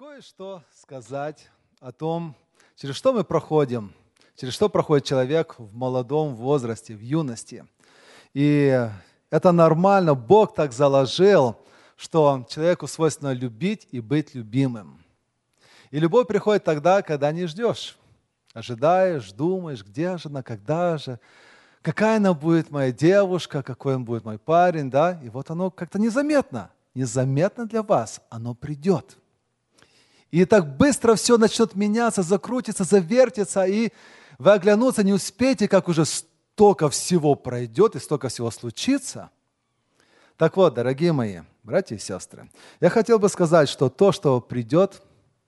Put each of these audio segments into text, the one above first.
Кое-что сказать о том, через что мы проходим, через что проходит человек в молодом возрасте, в юности. И это нормально, Бог так заложил, что человеку свойственно любить и быть любимым. И любовь приходит тогда, когда не ждешь. Ожидаешь, думаешь, где же она, когда же, какая она будет моя девушка, какой он будет мой парень, да? И вот оно как-то незаметно для вас, оно придет. И так быстро все начнет меняться, закрутится, завертится, и вы оглянуться не успеете, как уже столько всего пройдет и столько всего случится. Так вот, дорогие мои братья и сестры, я хотел бы сказать, что то, что придет,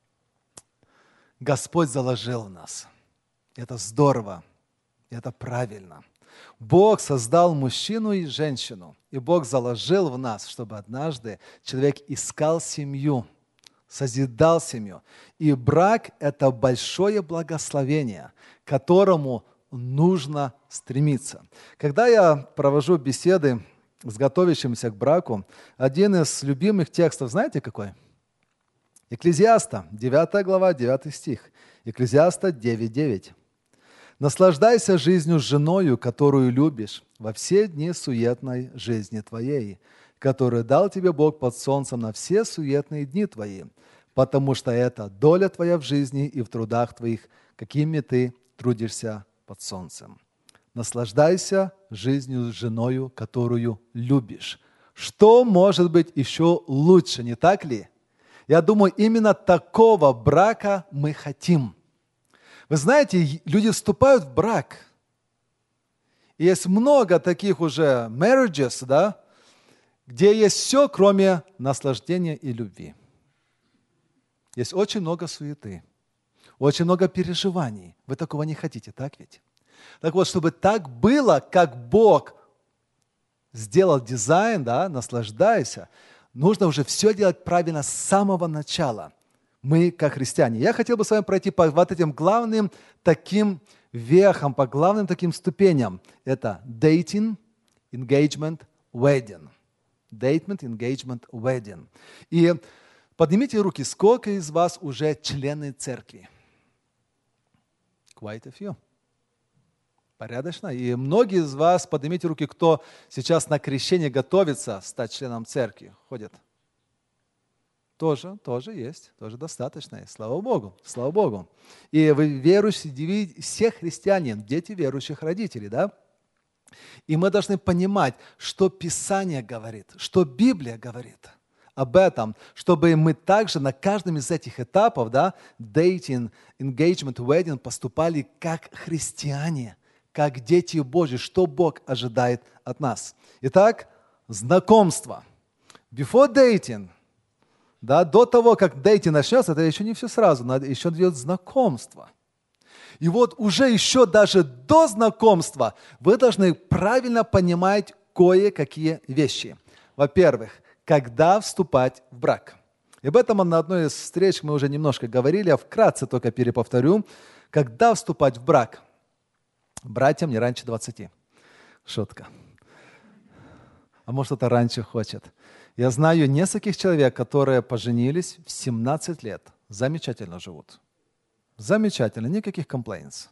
Господь заложил в нас. Это здорово, это правильно. Бог создал мужчину и женщину, и Бог заложил в нас, чтобы однажды человек искал семью, созидал семью. И брак – это большое благословение, к которому нужно стремиться. Когда я провожу беседы с готовящимися к браку, один из любимых текстов, знаете какой? Екклезиаста, 9 глава, 9 стих. Екклезиаста 9:9. «Наслаждайся жизнью с женою, которую любишь, во все дни суетной жизни твоей, которую дал тебе Бог под солнцем на все суетные дни твои, потому что это доля твоя в жизни и в трудах твоих, какими ты трудишься под солнцем». Наслаждайся жизнью с женою, которую любишь. Что может быть еще лучше, не так ли? Я думаю, именно такого брака мы хотим. Вы знаете, люди вступают в брак. И есть много таких уже marriages, да, где есть все, кроме наслаждения и любви. Есть очень много суеты, очень много переживаний. Вы такого не хотите, так ведь? Так вот, чтобы так было, как Бог сделал дизайн, да, наслаждайся, нужно уже все делать правильно с самого начала. Мы, как христиане. Я хотел бы с вами пройти по вот этим главным таким вехам, по главным таким ступеням. Это dating, engagement, wedding. Dating, engagement, wedding. И поднимите руки, сколько из вас уже члены церкви? Quite a few. Порядочно. И многие из вас, поднимите руки, кто сейчас на крещение готовится стать членом церкви, ходят. Тоже есть, тоже достаточно есть. Слава Богу, слава Богу. И вы верующие, все христиане, дети верующих родителей, да? И мы должны понимать, что Писание говорит, что Библия говорит об этом, чтобы мы также на каждом из этих этапов, да, dating, engagement, wedding, поступали как христиане, как дети Божьи, что Бог ожидает от нас. Итак, знакомство. Before dating, да, до того, как дейтинг начнется, это еще не все сразу, надо еще делать знакомство. И вот уже еще даже до знакомства вы должны правильно понимать кое-какие вещи. Во-первых, когда вступать в брак. И об этом на одной из встреч мы уже немножко говорили, я вкратце только переповторю. Когда вступать в брак? Братьям не раньше 20. Шутка. А может, это раньше хочет. Я знаю нескольких человек, которые поженились в 17 лет. Замечательно живут. Замечательно, никаких complaints.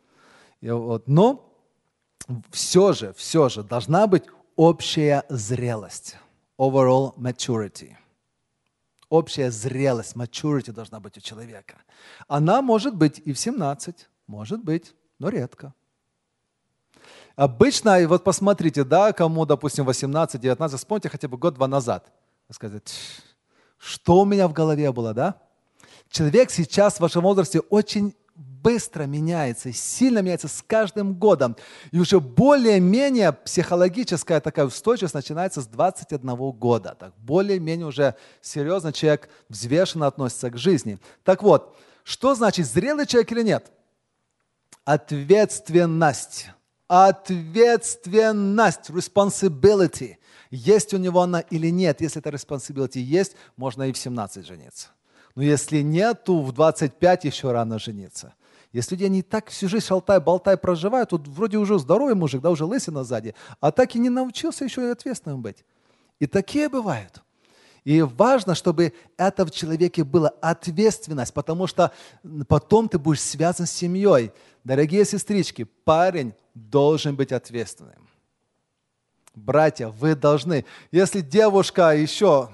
Но все же должна быть общая зрелость. Overall maturity. Общая зрелость, maturity должна быть у человека. Она может быть и в 17, может быть, но редко. Обычно, и вот посмотрите, да, кому, допустим, 18-19, вспомните хотя бы год-два назад. Сказать, что у меня в голове было, да? Человек сейчас в вашем возрасте очень быстро меняется, сильно меняется с каждым годом. И уже более-менее психологическая такая устойчивость начинается с 21 года. Так, более-менее уже серьезно человек взвешенно относится к жизни. Так вот, что значит зрелый человек или нет? Ответственность. Ответственность, responsibility. Есть у него она или нет. Если это responsibility есть, можно и в 17 жениться. Но если нет, то в 25 еще рано жениться. Если люди не так всю жизнь шалтай-болтай проживают, тут вроде уже здоровый мужик, да, уже лысина сзади, а так и не научился еще и ответственным быть. И такие бывают. И важно, чтобы это в человеке была ответственность, потому что потом ты будешь связан с семьей. Дорогие сестрички, парень должен быть ответственным. Братья, вы должны. Если девушка еще,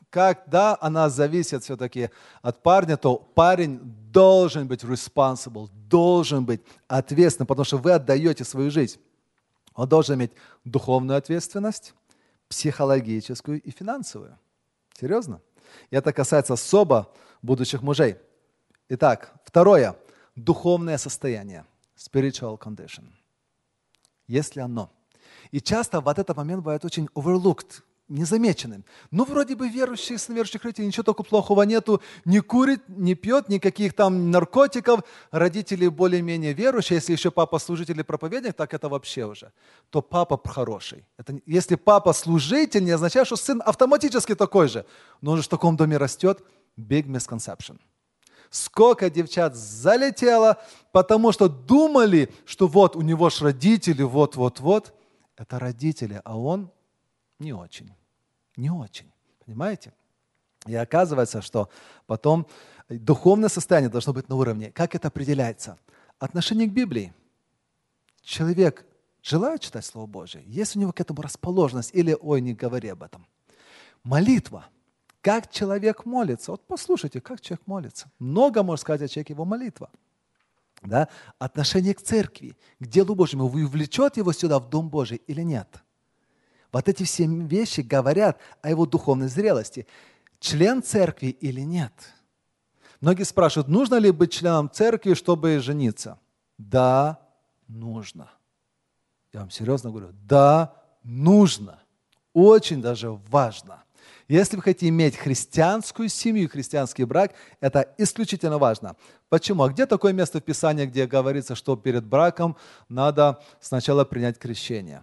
она зависит все-таки от парня, то парень должен быть responsible, должен быть ответственным, потому что вы отдаете свою жизнь. Он должен иметь духовную ответственность, психологическую и финансовую. Серьезно? И это касается особо будущих мужей. Итак, второе. Духовное состояние. Spiritual condition. Если оно. И часто вот этот момент бывает очень overlooked, незамеченным. Ну, вроде бы верующий, сын верующих родителей, ничего такого плохого нету, не курит, не пьет, никаких там наркотиков, родители более-менее верующие, если еще папа служитель и проповедник, так это вообще уже, то папа хороший. Если папа служитель, не означает, что сын автоматически такой же, но он же в таком доме растет, big misconception. Сколько девчат залетело, потому что думали, что вот у него ж родители, вот, это родители, а он не очень. Не очень. Понимаете? И оказывается, что потом духовное состояние должно быть на уровне. Как это определяется? Отношение к Библии. Человек желает читать Слово Божие? Есть у него к этому расположенность? Или, ой, не говори об этом. Молитва. Как человек молится? Вот послушайте, как человек молится. Много можно сказать о человеке, его молитва. Да? Отношение к церкви, к делу Божьему. Вы влечете его сюда, в Дом Божий, или нет? Вот эти все вещи говорят о его духовной зрелости. Член церкви или нет? Многие спрашивают, нужно ли быть членом церкви, чтобы жениться? Да, нужно. Я вам серьезно говорю, да, нужно. Очень даже важно. Если вы хотите иметь христианскую семью, христианский брак, это исключительно важно. Почему? А где такое место в Писании, где говорится, что перед браком надо сначала принять крещение?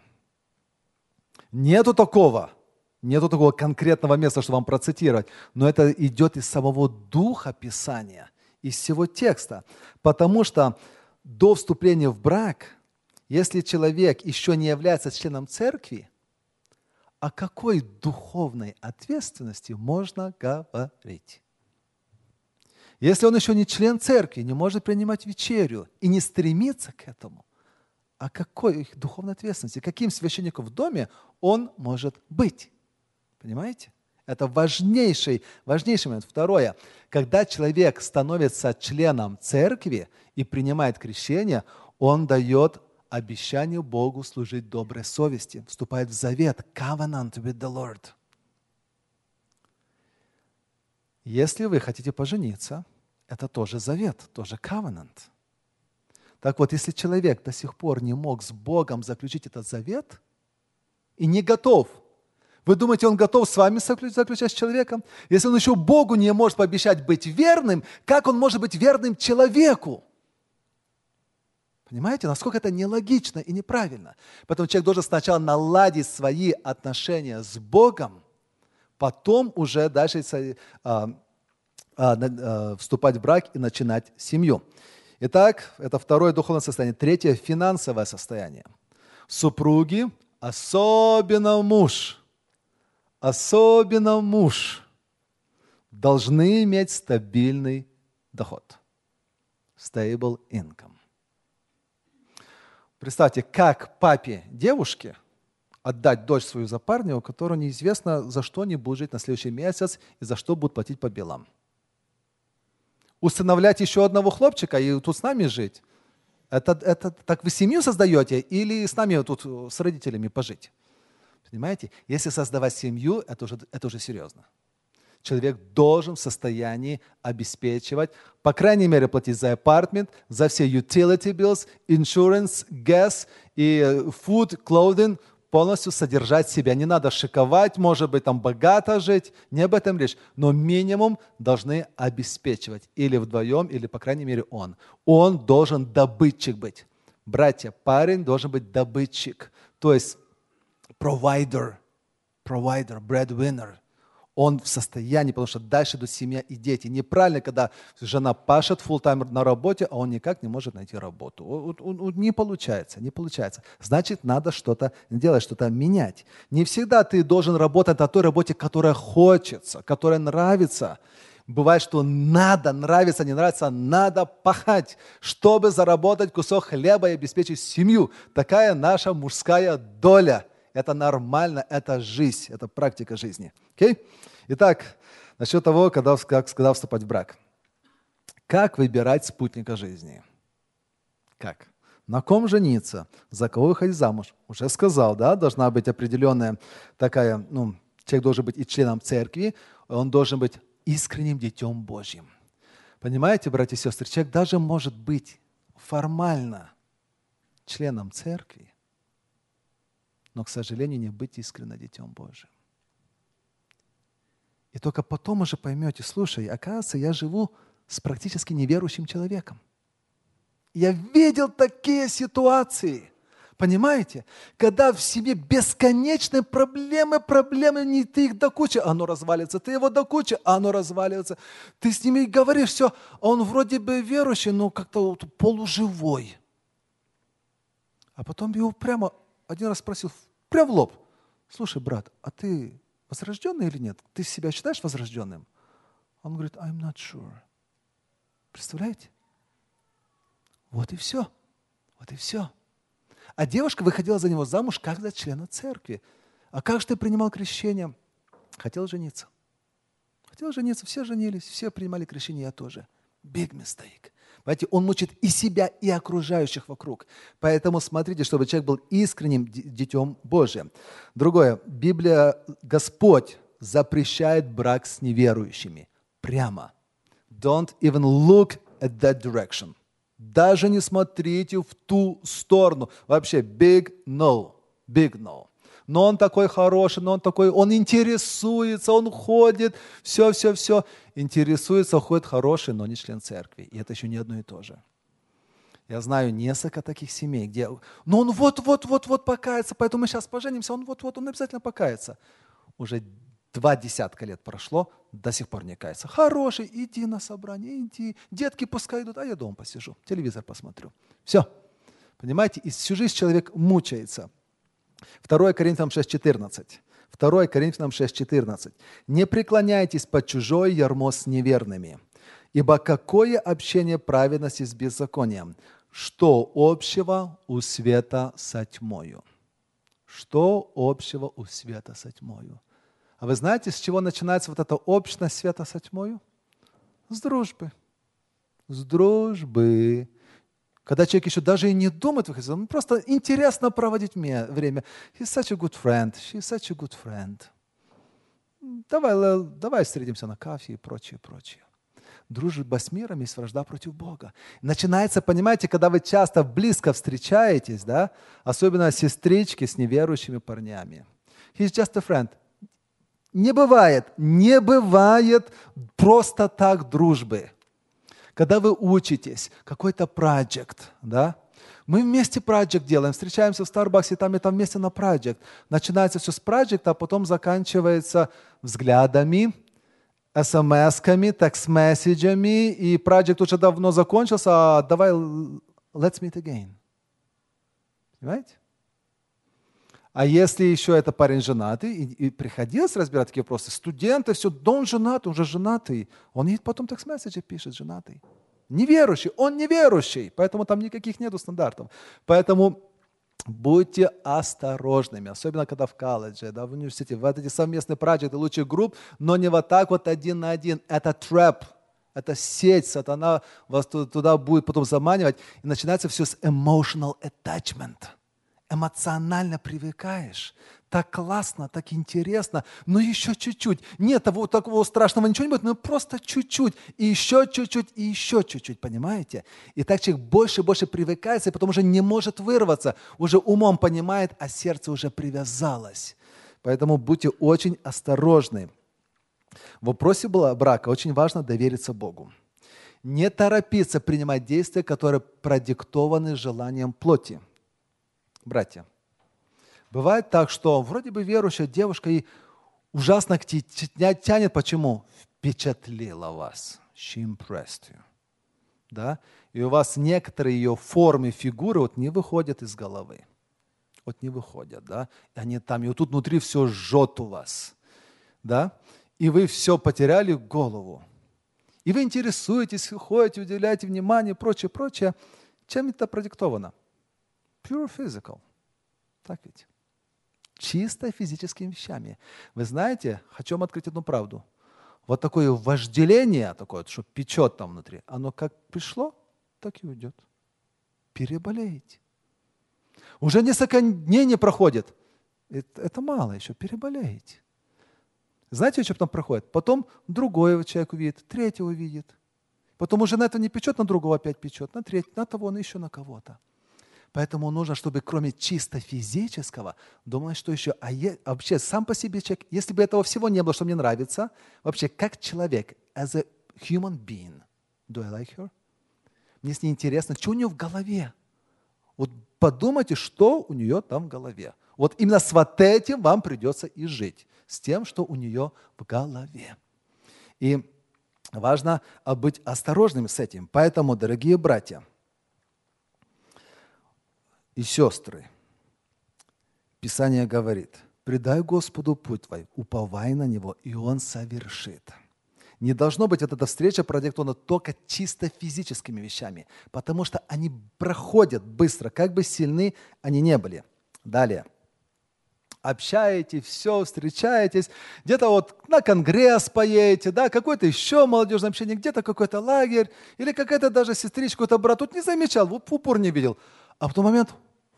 Нету такого конкретного места, чтобы вам процитировать, но это идет из самого духа Писания, из всего текста. Потому что до вступления в брак, если человек еще не является членом церкви, о какой духовной ответственности можно говорить? Если он еще не член церкви, не может принимать вечерю и не стремится к этому, о какой духовной ответственности, каким священником в доме он может быть? Понимаете? Это важнейший момент. Второе. Когда человек становится членом церкви и принимает крещение, он дает обещание Богу служить доброй совести, вступает в завет, covenant with the Lord. Если вы хотите пожениться, это тоже завет, тоже covenant. Так вот, если человек до сих пор не мог с Богом заключить этот завет и не готов, вы думаете, он готов с вами заключать с человеком? Если он еще Богу не может пообещать быть верным, как он может быть верным человеку? Понимаете, насколько это нелогично и неправильно. Поэтому человек должен сначала наладить свои отношения с Богом, потом уже дальше вступать в брак и начинать семью. Итак, это второе духовное состояние. Третье – финансовое состояние. Супруги, особенно муж, должны иметь стабильный доход. Stable income. Представьте, как папе девушки отдать дочь свою за парня, у которого неизвестно, за что они будут жить на следующий месяц и за что будут платить по белам. Усыновлять еще одного хлопчика и тут с нами жить? Это так вы семью создаете или с нами тут с родителями пожить? Понимаете? Если создавать семью, это уже серьезно. Человек должен в состоянии обеспечивать, по крайней мере, платить за апартмент, за все utility bills, insurance, gas и food, clothing, полностью содержать себя. Не надо шиковать, может быть, там богато жить, не об этом речь. Но минимум должны обеспечивать. Или вдвоем, или, по крайней мере, он. Он должен добытчик быть. Братья, парень должен быть добытчик. То есть provider, breadwinner. Он в состоянии, потому что дальше идут семья и дети. Неправильно, когда жена пашет фулл-тайм на работе, а он никак не может найти работу. Не получается, не получается. Значит, надо что-то делать, что-то менять. Не всегда ты должен работать на той работе, которая хочется, которая нравится. Бывает, что надо, нравится, не нравится, надо пахать, чтобы заработать кусок хлеба и обеспечить семью. Такая наша мужская доля. Это нормально, это жизнь, это практика жизни. Okay? Итак, насчет того, когда вступать в брак. Как выбирать спутника жизни? Как? На ком жениться? За кого выходить замуж? Уже сказал, да? Должна быть определенная такая, человек должен быть и членом церкви, он должен быть искренним детем Божьим. Понимаете, братья и сестры, человек даже может быть формально членом церкви, но, к сожалению, не быть искренне детем Божьим. И только потом уже поймете, слушай, оказывается, я живу с практически неверующим человеком. Я видел такие ситуации, понимаете, когда в семье бесконечные проблемы, не ты их до кучи, оно развалится, ты его до кучи, оно разваливается. Ты с ними говоришь все, он вроде бы верующий, но как-то полуживой. А потом его прямо один раз спросил, прямо в лоб, слушай, брат, а ты возрожденный или нет? Ты себя считаешь возрожденным? Он говорит, I'm not sure. Представляете? Вот и все. Вот и все. А девушка выходила за него замуж как за члена церкви. А как же ты принимал крещение? Хотел жениться. Хотел жениться, все женились, все принимали крещение, я тоже. Big mistake. Понимаете, он мучит и себя, и окружающих вокруг. Поэтому смотрите, чтобы человек был искренним детем Божьим. Другое. Библия, Господь запрещает брак с неверующими. Прямо. Don't even look at that direction. Даже не смотрите в ту сторону. Вообще, big no. Big no. Но он такой хороший, он интересуется, он ходит, все. Интересуется, ходит хороший, но не член церкви. И это еще не одно и то же. Я знаю несколько таких семей, где, он вот покается, поэтому мы сейчас поженимся, он обязательно покается. Уже 20 лет прошло, до сих пор не кается. Хороший, иди на собрание, иди. Детки пускай идут, а я дома посижу, телевизор посмотрю. Все. Понимаете, и всю жизнь человек мучается. 2 Коринфянам 6:14. 2 Коринфянам 6:14. «Не преклоняйтесь под чужое ярмо с неверными, ибо какое общение праведности с беззаконием? Что общего у света со тьмою?» Что общего у света со тьмою? А вы знаете, с чего начинается вот эта общность света со тьмою? С дружбы. С дружбы. Когда человек еще даже и не думает выходить, просто интересно проводить время. He's such a good friend, she's such a good friend. Давай встретимся на кафе и прочее. Дружба с миром есть вражда против Бога. Начинается, понимаете, когда вы часто близко встречаетесь, да, особенно сестрички с неверующими парнями. He's just a friend. Не бывает просто так дружбы. Когда вы учитесь, какой-то проект, да? Мы вместе проект делаем, встречаемся в Старбаксе, там вместе на проект. Начинается все с проекта, а потом заканчивается взглядами, смс-ками, текст-месседжами, и проект уже давно закончился, а давай, let's meet again. Понимаете? А если еще это парень женатый, и приходилось разбирать такие вопросы, студенты, все, да он женатый, он же женатый. Он ей потом текст-месседжи пишет, женатый. Неверующий, он неверующий, поэтому там никаких нету стандартов. Поэтому будьте осторожными, особенно когда в колледже, да, в университете, в эти совместные проекты лучших групп, но не вот так вот один на один. Это trap, это сеть, сатана вас туда будет потом заманивать, и начинается все с emotional attachment. Эмоционально привыкаешь. Так классно, так интересно, но еще чуть-чуть. Нет, такого страшного ничего не будет, но просто чуть-чуть. И еще чуть-чуть, и еще чуть-чуть, понимаете? И так человек больше и больше привыкается, и потом уже не может вырваться. Уже умом понимает, а сердце уже привязалось. Поэтому будьте очень осторожны. В вопросе брака очень важно довериться Богу. Не торопиться принимать действия, которые продиктованы желанием плоти. Братья, бывает так, что вроде бы верующая девушка, и ужасно тянет. Почему? Впечатлила вас. She impressed you. Да? И у вас некоторые ее формы, фигуры вот не выходят из головы. Вот не выходят, да? И они там, и вот тут внутри все жжет у вас, да? И вы все потеряли голову. И вы интересуетесь, ходите, уделяете внимание, прочее, прочее. Чем это продиктовано? Pure physical. Так ведь? Чисто физическими вещами. Вы знаете, хочу вам открыть одну правду. Вот такое вожделение, такое, что печет там внутри, оно как пришло, так и уйдет. Переболеете. Уже несколько дней не проходит. Это мало еще, переболеете. Знаете, что потом проходит? Потом другой человек увидит, третьего увидит. Потом уже на это не печет, на другого опять печет, на третьего, на того, на еще на кого-то. Поэтому нужно, чтобы кроме чисто физического, думать, что еще, вообще сам по себе человек, если бы этого всего не было, что мне нравится, вообще как человек, as a human being, do I like her? Мне с ней интересно, что у нее в голове. Вот подумайте, что у нее там в голове. Вот именно с вот этим вам придется и жить, с тем, что у нее в голове. И важно быть осторожными с этим. Поэтому, дорогие братья и сестры, Писание говорит: «Предай Господу путь твой, уповай на Него, и Он совершит». Не должно быть эта встреча продиктована только чисто физическими вещами, потому что они проходят быстро, как бы сильны они не были. Далее. Общаетесь, все, встречаетесь, где-то вот на конгресс поедете, да, какое-то еще молодежное общение, где-то какой-то лагерь, или какая-то даже сестричка, какой-то брат, тут не замечал, в упор не видел. А в тот момент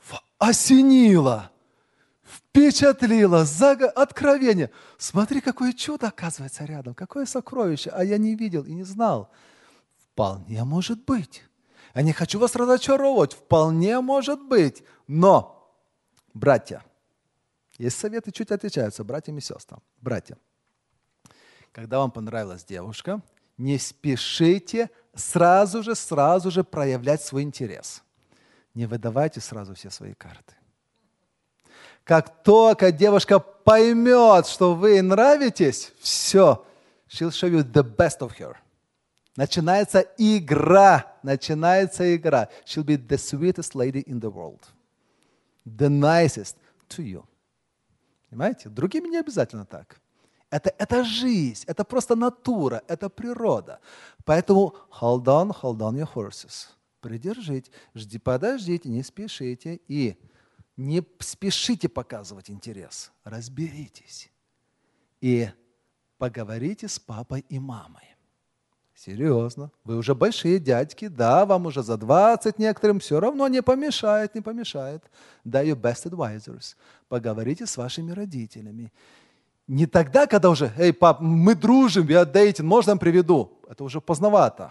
осенило, впечатлило, откровение. Смотри, какое чудо оказывается рядом, какое сокровище, а я не видел и не знал. Вполне может быть. Я не хочу вас разочаровывать, вполне может быть. Но, братья, есть советы, чуть отличаются братьям и сестрам. Братья, когда вам понравилась девушка, не спешите сразу же проявлять свой интерес. Не выдавайте сразу все свои карты. Как только девушка поймет, что вы ей нравитесь, все, she'll show you the best of her. Начинается игра. She'll be the sweetest lady in the world. The nicest to you. Понимаете? Другим не обязательно так. Это жизнь, это просто натура, это природа. Поэтому hold on your horses. Придержите, подождите, не спешите и не спешите показывать интерес. Разберитесь и поговорите с папой и мамой. Серьезно. Вы уже большие дядьки, да, вам уже за 20 некоторым, все равно не помешает. Да, your best advisors. Поговорите с вашими родителями. Не тогда, когда уже, эй, пап, мы дружим, я дейтинг, можно я приведу? Это уже поздновато.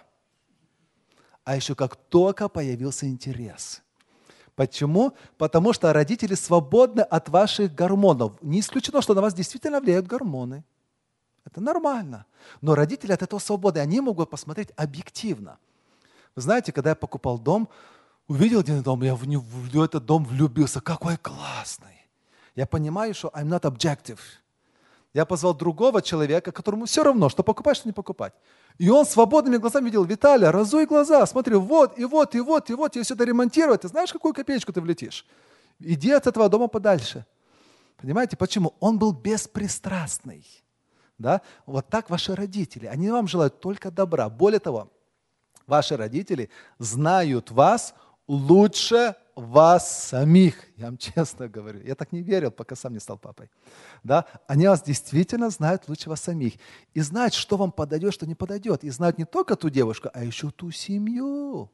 А еще как только появился интерес. Почему? Потому что родители свободны от ваших гормонов. Не исключено, что на вас действительно влияют гормоны. Это нормально. Но родители от этого свободны. Они могут посмотреть объективно. Вы знаете, когда я покупал дом, увидел один дом, я в этот дом влюбился. Какой классный. Я понимаю, что I'm not objective. Я позвал другого человека, которому все равно, что покупать, что не покупать. И он свободными глазами видел: Виталий, разуй глаза, смотри, вот, и тебе все это ремонтировать. Ты знаешь, какую копеечку ты влетишь? Иди от этого дома подальше. Понимаете, почему? Он был беспристрастный. Да? Вот так ваши родители. Они вам желают только добра. Более того, ваши родители знают вас лучше вас самих. Я вам честно говорю. Я так не верил, пока сам не стал папой. Да? Они вас действительно знают лучше вас самих. И знают, что вам подойдет, что не подойдет. И знают не только ту девушку, а еще ту семью.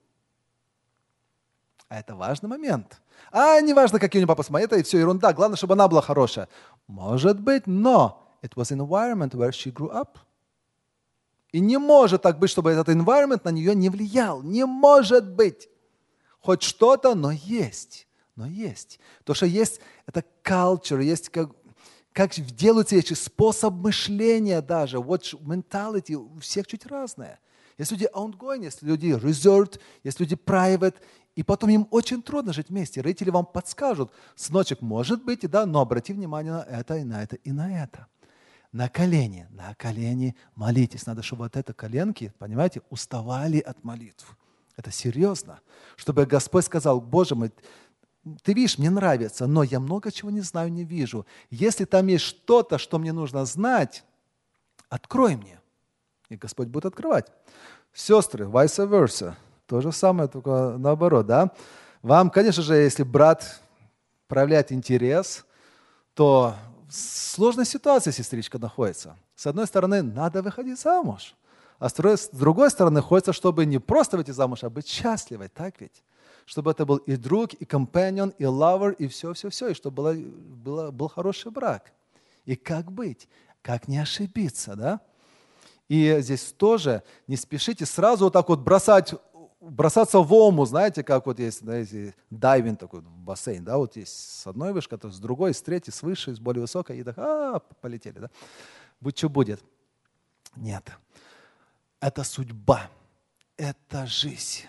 А это важный момент. А не важно, какие у нее папа с мамой. Это все ерунда. Главное, чтобы она была хорошая. Может быть, но it was an environment where she grew up. И не может так быть, чтобы этот environment на нее не влиял. Не может быть. Хоть что-то, но есть. То, что есть, это culture, есть как делаются вещи, способ мышления даже, вот mentality у всех чуть разное. Есть люди outgoing, есть люди reserved, есть люди private, и потом им очень трудно жить вместе. Родители вам подскажут: сыночек, может быть, да, но обрати внимание на это, и на это, и на это. На колени молитесь. Надо, чтобы вот это коленки, понимаете, уставали от молитв. Это серьезно. Чтобы Господь сказал: Боже мой, ты видишь, мне нравится, но я много чего не знаю, не вижу. Если там есть что-то, что мне нужно знать, открой мне. И Господь будет открывать. Сестры, vice versa. То же самое, только наоборот, да? Вам, конечно же, если брат проявляет интерес, то в сложной ситуации сестричка находится. С одной стороны, надо выходить замуж. А с другой стороны, хочется, чтобы не просто выйти замуж, а быть счастливой, так ведь? Чтобы это был и друг, и companion, и lover, и все-все-все, и чтобы был хороший брак. И как быть? Как не ошибиться, да? И здесь тоже не спешите сразу вот так вот бросаться в ому, знаете, как вот есть, знаете, дайвинг такой в бассейн, да, вот есть с одной вышкой, то с другой, с третьей, с высшей, с более высокой, и так, полетели, да? Будь что будет. Нет. Это судьба, это жизнь.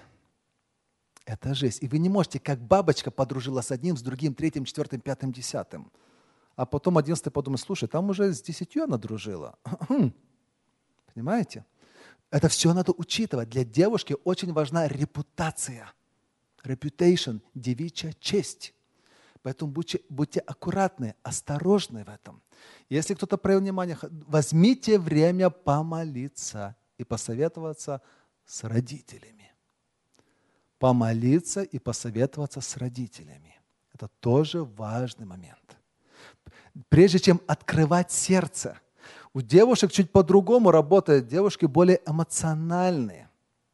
Это жизнь. И вы не можете, как бабочка подружилась с одним, с другим, третьим, четвертым, пятым, десятым. А потом 11-й подумает: слушай, там уже с 10 она дружила. Понимаете? Это все надо учитывать. Для девушки очень важна репутация. Reputation, девичья честь. Поэтому будьте аккуратны, осторожны в этом. Если кто-то проявил внимание, возьмите время помолиться и посоветоваться с родителями. Помолиться и посоветоваться с родителями. Это тоже важный момент. Прежде чем открывать сердце, у девушек чуть по-другому работает, девушки более эмоциональные.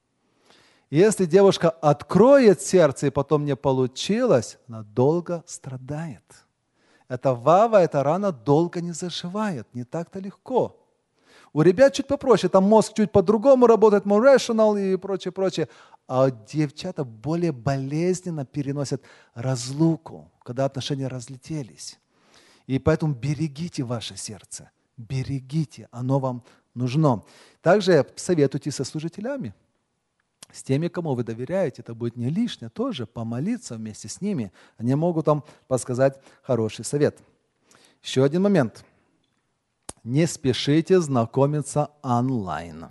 Если девушка откроет сердце и потом не получилось, она долго страдает. Эта вава, эта рана долго не заживает, не так-то легко. У ребят чуть попроще, там мозг чуть по-другому работает, more rational и прочее, прочее. А девчата более болезненно переносят разлуку, когда отношения разлетелись. И поэтому берегите ваше сердце, берегите, оно вам нужно. Также советуйте со служителями, с теми, кому вы доверяете. Это будет не лишнее тоже, помолиться вместе с ними. Они могут вам подсказать хороший совет. Еще один момент. Не спешите знакомиться онлайн.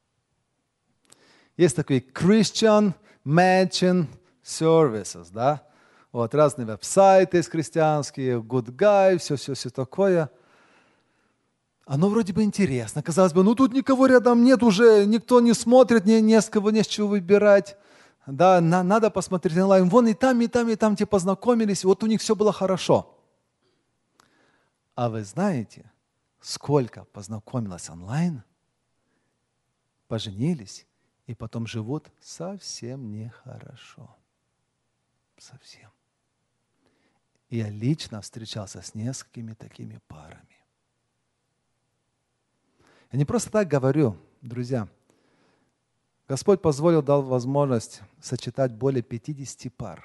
Есть такой Christian Matching Services, да? Вот разные веб-сайты есть христианские, Good Guy, все такое. Оно вроде бы интересно. Казалось бы, тут никого рядом нет уже, никто не смотрит, не с кого, не с чего выбирать. Да, надо посмотреть онлайн. Вон и там те познакомились, вот у них все было хорошо. А вы знаете, сколько познакомилось онлайн, поженились и потом живут совсем нехорошо. Совсем. Я лично встречался с несколькими такими парами. Я не просто так говорю, друзья. Господь дал возможность сочетать более 50 пар.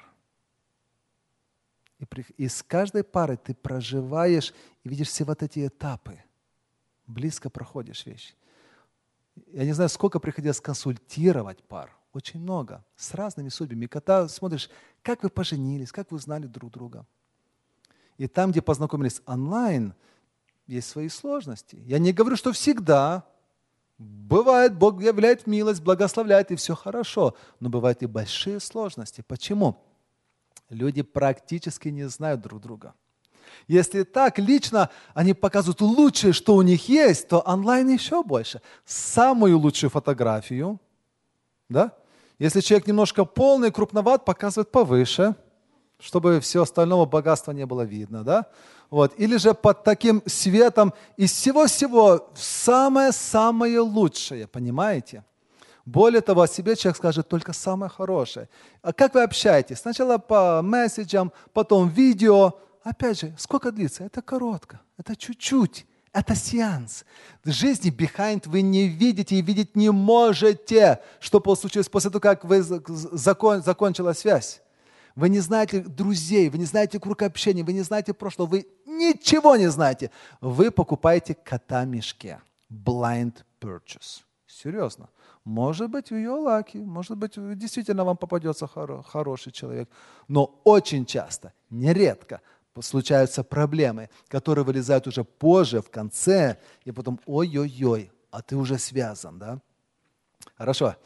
И с каждой парой ты проживаешь и видишь все вот эти этапы. Близко проходишь вещи. Я не знаю, сколько приходилось консультировать пар. Очень много. С разными судьбами. И когда смотришь, как вы поженились, как вы узнали друг друга. И там, где познакомились онлайн, есть свои сложности. Я не говорю, что всегда. Бывает, Бог являет милость, благословляет, и все хорошо. Но бывают и большие сложности. Почему? Люди практически не знают друг друга. Если так, лично они показывают лучшее, что у них есть, то онлайн еще больше. Самую лучшую фотографию, да? Если человек немножко полный, крупноват, показывает повыше, чтобы все остального богатства не было видно, да? Вот. Или же под таким светом из всего-всего самое-самое лучшее, понимаете? Более того, о себе человек скажет только самое хорошее. А как вы общаетесь? Сначала по месседжам, потом видео. Опять же, сколько длится? Это коротко, это чуть-чуть, это сеанс. В жизни behind вы не видите и видеть не можете, что случилось после того, как вы закончила связь. Вы не знаете друзей, вы не знаете круг общения, вы не знаете прошлого, вы ничего не знаете. Вы покупаете кота в мешке. Blind purchase. Серьезно. Может быть, вы ее лаки, может быть, действительно вам попадется хороший человек. Но очень часто, нередко, случаются проблемы, которые вылезают уже позже, в конце, и потом ой-ой-ой, а ты уже связан, да? Хорошо.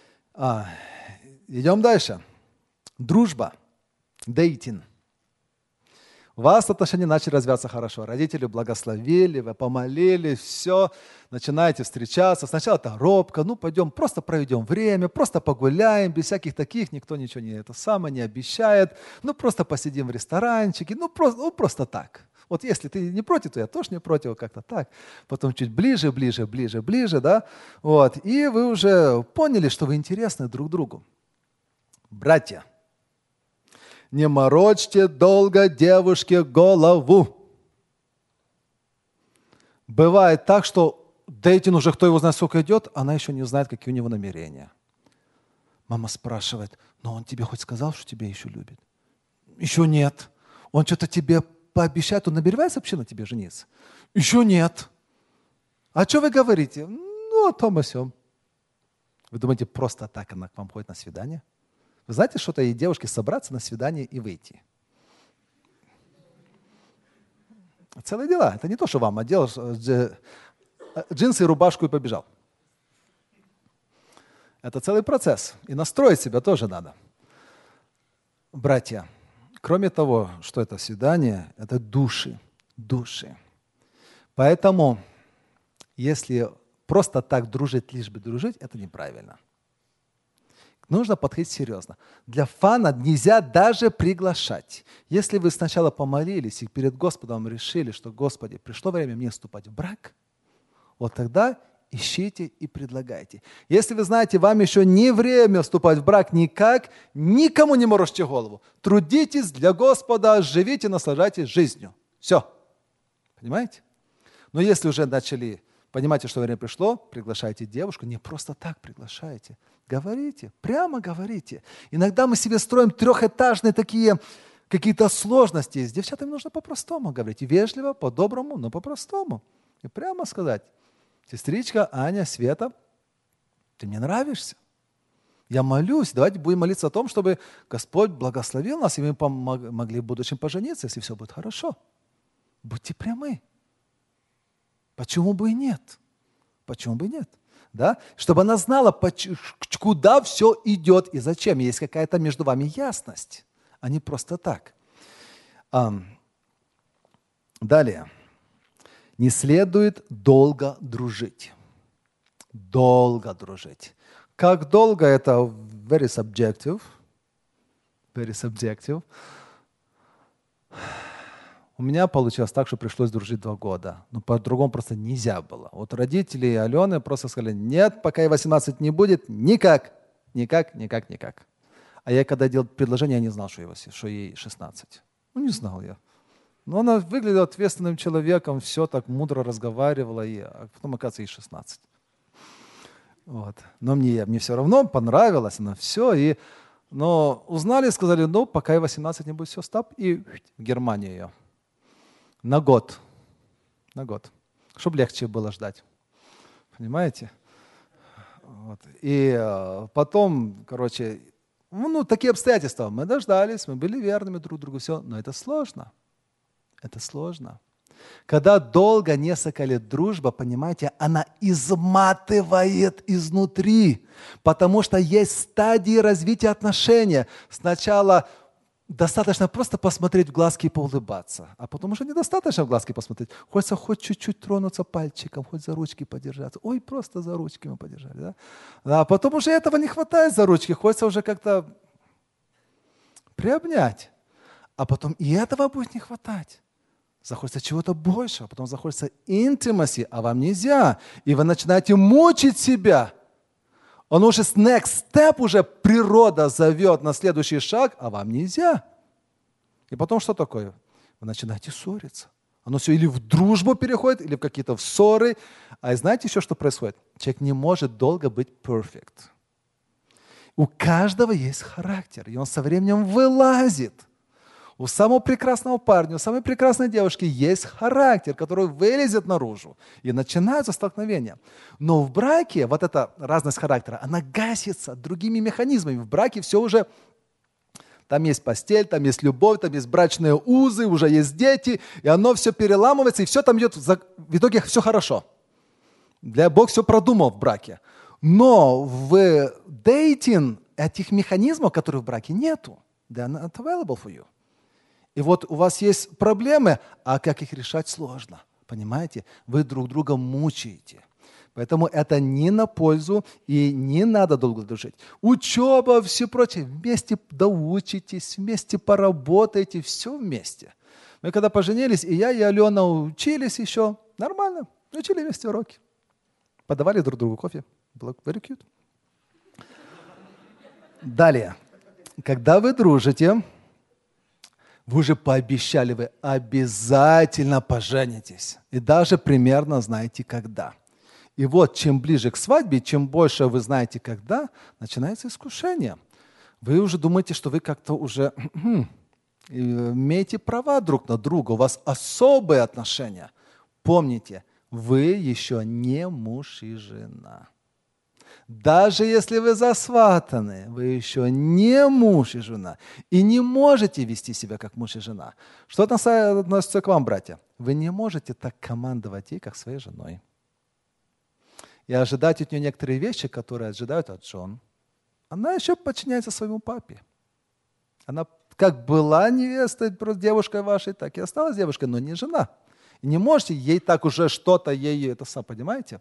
Идем дальше. Дружба. Дейтинг. У вас отношения начали развиваться хорошо. Родители благословили, вы помолились, все, начинаете встречаться. Сначала это робко, пойдем, просто проведем время, просто погуляем, без всяких таких, никто ничего не обещает. Просто посидим в ресторанчике, просто так. Вот если ты не против, то я тоже не против, как-то так. Потом чуть ближе, да. Вот. И вы уже поняли, что вы интересны друг другу. Братья, не морочьте долго девушке голову. Бывает так, что дейтинг уже, кто его знает, сколько идет, она еще не знает, какие у него намерения. Мама спрашивает, но он тебе хоть сказал, что тебя еще любит? Еще нет. Он что-то тебе пообещает, он намеревается вообще на тебе жениться? Еще нет. А что вы говорите? О том и сём. Вы думаете, просто так она к вам ходит на свидание? Вы знаете, что-то и девушке собраться на свидание и выйти? Целые дела. Это не то, что вам одел джинсы и рубашку и побежал. Это целый процесс. И настроить себя тоже надо. Братья, кроме того, что это свидание, это души. Поэтому, если просто так дружить, лишь бы дружить, это неправильно. Нужно подходить серьезно. Для фана нельзя даже приглашать. Если вы сначала помолились и перед Господом решили, что, Господи, пришло время мне вступать в брак, вот тогда ищите и предлагайте. Если вы знаете, вам еще не время вступать в брак никак, никому не морочьте голову. Трудитесь для Господа, живите, наслаждайтесь жизнью. Все. Понимаете? Но если уже начали, понимаете, что время пришло, приглашайте девушку, не просто так приглашайте. Говорите, прямо говорите. Иногда мы себе строим трехэтажные такие какие-то сложности. С девчатами нужно по-простому говорить. И вежливо, по-доброму, но по-простому. И прямо сказать, сестричка, Аня, Света, ты мне нравишься. Я молюсь, давайте будем молиться о том, чтобы Господь благословил нас, и мы могли в будущем пожениться, если все будет хорошо. Будьте прямы. Почему бы и нет? Почему бы и нет? Да? Чтобы она знала, куда все идет и зачем. Есть какая-то между вами ясность, а не просто так. Далее. Не следует долго дружить. Долго дружить. Как долго, это very subjective. Very subjective. У меня получилось так, что пришлось дружить 2 года. Но по-другому просто нельзя было. Вот родители Алены просто сказали, нет, пока ей 18 не будет, никак. А я когда делал предложение, я не знал, что ей 16. Не знал я. Но она выглядела ответственным человеком, все так мудро разговаривала, а потом, оказывается, ей 16. Вот. Но мне все равно понравилось, она все. Но узнали, сказали, пока ей 18 не будет, все, стоп, и в Германию ее. На год. Чтобы легче было ждать. Понимаете? Вот. И потом, такие обстоятельства. Мы дождались, мы были верными друг другу, все. Но это сложно. Когда долго не соколет дружба, понимаете, она изматывает изнутри. Потому что есть стадии развития отношения. Сначала достаточно просто посмотреть в глазки и поулыбаться. А потом уже недостаточно в глазки посмотреть. Хочется хоть чуть-чуть тронуться пальчиком, хоть за ручки подержаться. Ой, просто за ручки мы подержали. Да? А потом уже этого не хватает за ручки. Хочется уже как-то приобнять. А потом и этого будет не хватать. Захочется чего-то больше, а потом захочется intimacy, а вам нельзя. И вы начинаете мучить себя. Он уже next step, уже природа зовет на следующий шаг, а вам нельзя. И потом что такое? Вы начинаете ссориться. Оно все или в дружбу переходит, или в какие-то ссоры. А знаете еще, что происходит? Человек не может долго быть perfect. У каждого есть характер, и он со временем вылазит. У самого прекрасного парня, у самой прекрасной девушки есть характер, который вылезет наружу. И начинаются столкновения. Но в браке вот эта разность характера, она гасится другими механизмами. В браке все уже Там есть постель, там есть любовь, там есть брачные узы, уже есть дети, и оно все переламывается, и все там идет, в итоге все хорошо. Бог все продумал в браке. Но в дейтинг этих механизмов, которые в браке, нету. They're not available for you. И вот у вас есть проблемы, а как их решать сложно. Понимаете? Вы друг друга мучаете. Поэтому это не на пользу и не надо долго дружить. Учеба, все прочее. Вместе доучитесь, вместе поработайте, все вместе. Мы когда поженились, и я, и Алена учились еще. Нормально. Учили вместе уроки. Подавали друг другу кофе. Было very cute. Далее. Когда вы дружите, вы уже пообещали, вы обязательно поженитесь. И даже примерно знаете, когда. И вот, чем ближе к свадьбе, чем больше вы знаете, когда, начинается искушение. Вы уже думаете, что вы как-то уже имеете права друг на друга, у вас особые отношения. Помните, вы еще не муж и жена. Даже если вы засватаны, вы еще не муж и жена. И не можете вести себя как муж и жена. Что относится к вам, братья? Вы не можете так командовать ей, как своей женой. И ожидать от нее некоторые вещи, которые ожидают от жен. Она еще подчиняется своему папе. Она как была невестой, девушкой вашей, так и осталась девушкой, но не жена. И не можете ей так уже что-то, понимаете?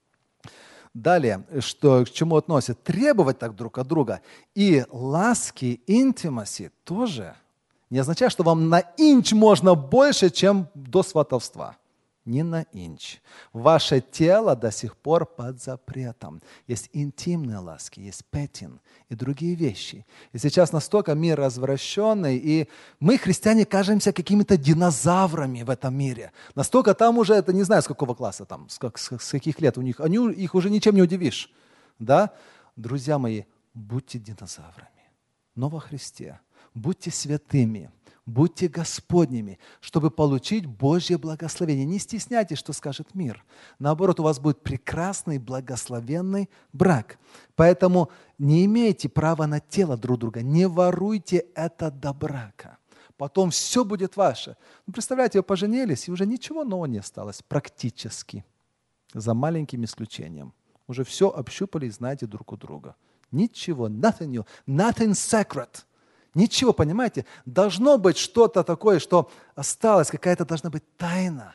Далее, что к чему относит? Требовать так друг от друга. И ласки, intimacy тоже не означает, что вам на инч можно больше, чем до сватовства. Не на инч. Ваше тело до сих пор под запретом. Есть интимные ласки, есть petting и другие вещи. И сейчас настолько мир развращенный, и мы, христиане, кажемся какими-то динозаврами в этом мире. Настолько там уже, это не знаю, с какого класса, там, с каких лет у них, их уже ничем не удивишь. Да? Друзья мои, будьте динозаврами, но во Христе. Будьте святыми. Будьте Господними, чтобы получить Божье благословение. Не стесняйтесь, что скажет мир. Наоборот, у вас будет прекрасный, благословенный брак. Поэтому не имейте права на тело друг друга. Не воруйте это до брака. Потом все будет ваше. Представляете, вы поженились, и уже ничего нового не осталось практически. За маленьким исключением. Уже все общупали и знаете друг у друга. Ничего, nothing new, nothing sacred. Ничего, понимаете? Должно быть что-то такое, что осталось, какая-то должна быть тайна.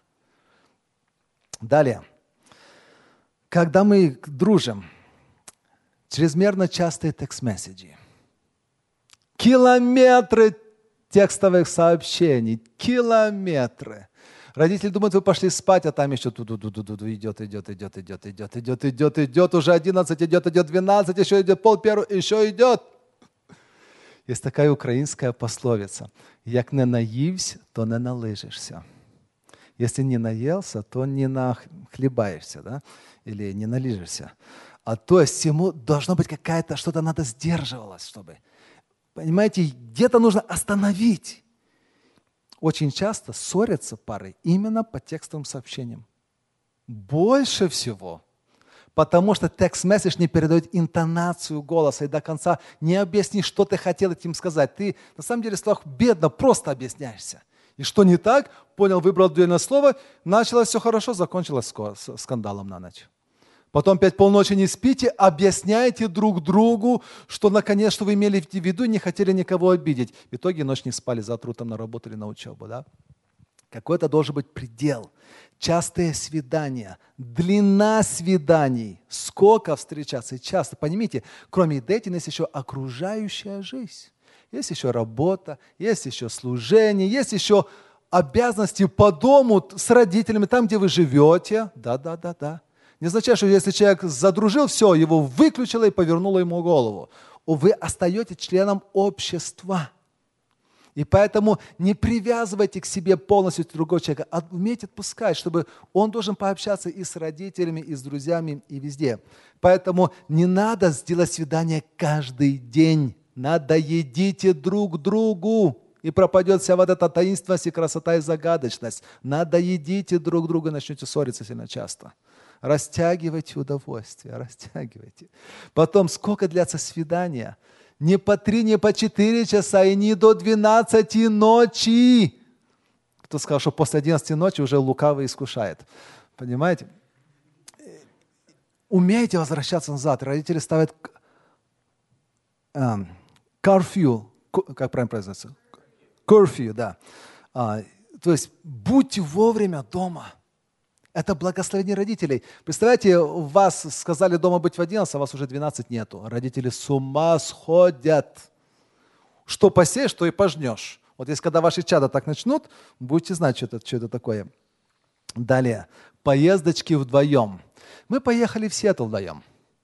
Далее. Когда мы дружим, чрезмерно частые текст-месседжи, километры текстовых сообщений, километры. Родители думают, вы пошли спать, а там еще идет, уже 11, идет 12, еще идет пол первого, еще идет. Есть такая українська пословиця. Як не наївся, то не налижешься. Если не наелся, то не нахлебаешься, да? Или не налижешься. А то есть ему должно быть какая-то, что-то надо сдерживалось, чтобы. Понимаете, где-то нужно остановить. Очень часто ссорятся пары именно по текстовым сообщениям. Больше всего. Потому что текст-месседж не передает интонацию голоса и до конца не объяснишь, что ты хотел этим сказать. Ты на самом деле словах бедно просто объясняешься. И что не так, понял, выбрал дверное слово, началось все хорошо, закончилось скандалом на ночь. Потом 5 полночи не спите, объясняете друг другу, что наконец, что вы имели в виду, не хотели никого обидеть. В итоге ночь не спали, завтра утром на работу или на учебу. Да? Какой-то должен быть предел. Частые свидания, длина свиданий, сколько встречаться и часто. Понимаете, кроме дейтинга есть еще окружающая жизнь. Есть еще работа, есть еще служение, есть еще обязанности по дому с родителями, там, где вы живете. Да. Не означает, что если человек задружил, все, его выключило и повернуло ему голову. Вы остаетесь членом общества. И поэтому не привязывайте к себе полностью другого человека, а умейте отпускать, чтобы он должен пообщаться и с родителями, и с друзьями, и везде. Поэтому не надо сделать свидание каждый день. Надоедите друг другу, и пропадет вся вот эта таинственность и красота и загадочность. Надоедите друг друга и начнете ссориться сильно часто. Растягивайте удовольствие, растягивайте. Потом, сколько длятся свидания? Не по 3, не по 4 часа и не до 12 ночи. Кто сказал, что после 11 ночи уже лукавый искушает. Понимаете? Умейте возвращаться назад. Родители ставят curfew. Как правильно произносится? Curfew, да. То есть будьте вовремя дома. Это благословение родителей. Представляете, вас сказали дома быть в 11, а вас уже 12 нету. Родители с ума сходят. Что посеешь, то и пожнешь. Вот если когда ваши чада так начнут, будете знать, что это такое. Далее. Поездочки вдвоем. Мы поехали в Сиэтл вдвоем.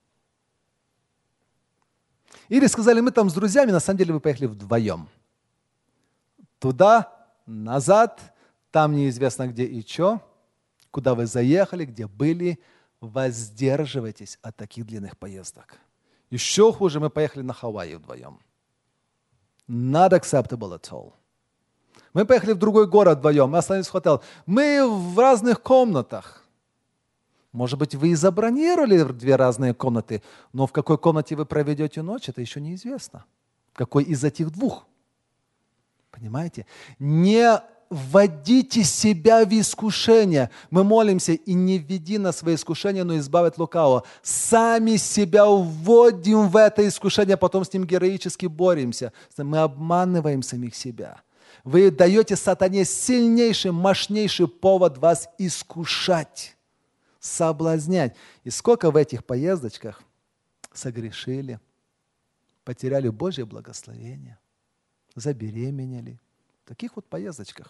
Или сказали, мы там с друзьями, на самом деле вы поехали вдвоем. Туда, назад, там неизвестно где и что. Куда вы заехали, где были, воздерживайтесь от таких длинных поездок. Еще хуже, мы поехали на Хавайи вдвоем. Not acceptable at all. Мы поехали в другой город вдвоем, мы остановились в хотел. Мы в разных комнатах. Может быть, вы и забронировали 2 разные комнаты, но в какой комнате вы проведете ночь, это еще неизвестно. Какой из этих 2? Понимаете? Не вводите себя в искушение. Мы молимся, и не введи нас в искушение, но избавь от лукавого. Сами себя вводим в это искушение, потом с ним героически боремся. Мы обманываем самих себя. Вы даете сатане сильнейший, мощнейший повод вас искушать, соблазнять. И сколько в этих поездочках согрешили, потеряли Божье благословение, забеременели. В таких вот поездочках.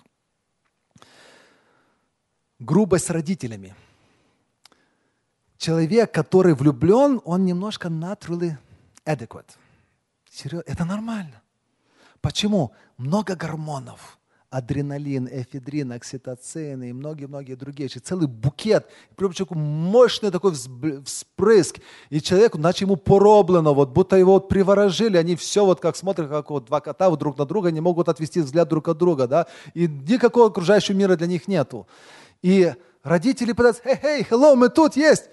Грубость с родителями. Человек, который влюблен, он немножко naturally adequate. Серьезно, это нормально. Почему? Много гормонов. Адреналин, эфедрин, окситоцин и многие-многие другие. Целый букет. Причем человеку мощный такой вспрыск. И человеку, иначе ему пороблено, вот будто его вот приворожили. Они все вот как смотрят, как вот 2 кота вот друг на друга, не могут отвести взгляд друг от друга. Да? И никакого окружающего мира для них нету. И родители пытаются, hey, hello, мы тут есть.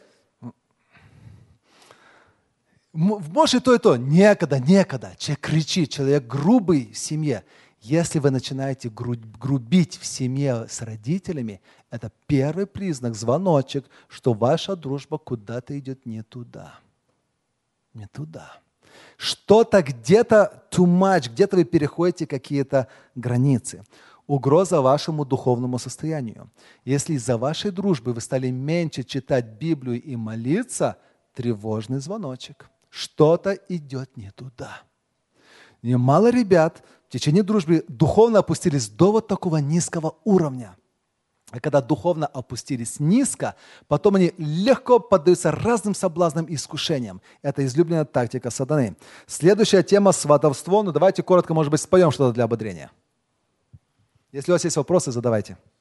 Может и то. Некогда. Человек кричит, человек грубый в семье. Если вы начинаете грубить в семье с родителями, это первый признак, звоночек, что ваша дружба куда-то идет не туда. Не туда. Что-то где-то too much, где-то вы переходите какие-то границы. Угроза вашему духовному состоянию. Если из-за вашей дружбы вы стали меньше читать Библию и молиться, тревожный звоночек. Что-то идет не туда. Немало ребят в течение дружбы духовно опустились до вот такого низкого уровня. И когда духовно опустились низко, потом они легко поддаются разным соблазнам и искушениям. Это излюбленная тактика сатаны. Следующая тема – сватовство. Ну, давайте коротко, может быть, споем что-то для ободрения. Если у вас есть вопросы, задавайте.